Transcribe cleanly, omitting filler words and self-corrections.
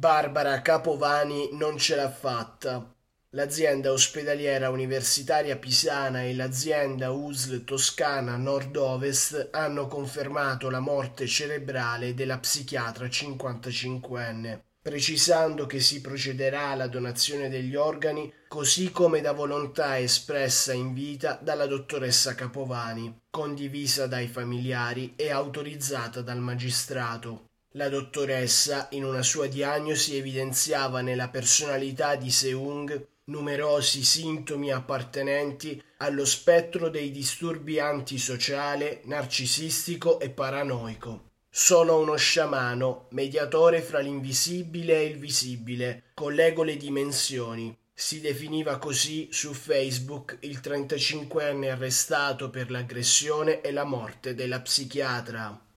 Barbara Capovani non ce l'ha fatta. L'azienda ospedaliera universitaria pisana e l'azienda USL Toscana Nord-Ovest hanno confermato la morte cerebrale della psichiatra 55enne, precisando che si procederà alla donazione degli organi così come da volontà espressa in vita dalla dottoressa Capovani, condivisa dai familiari e autorizzata dal magistrato. La dottoressa, in una sua diagnosi, evidenziava nella personalità di Seung numerosi sintomi appartenenti allo spettro dei disturbi antisociale, narcisistico e paranoico. Sono uno sciamano, mediatore fra l'invisibile e il visibile, collego le dimensioni. Si definiva così su Facebook il 35enne arrestato per l'aggressione e la morte della psichiatra.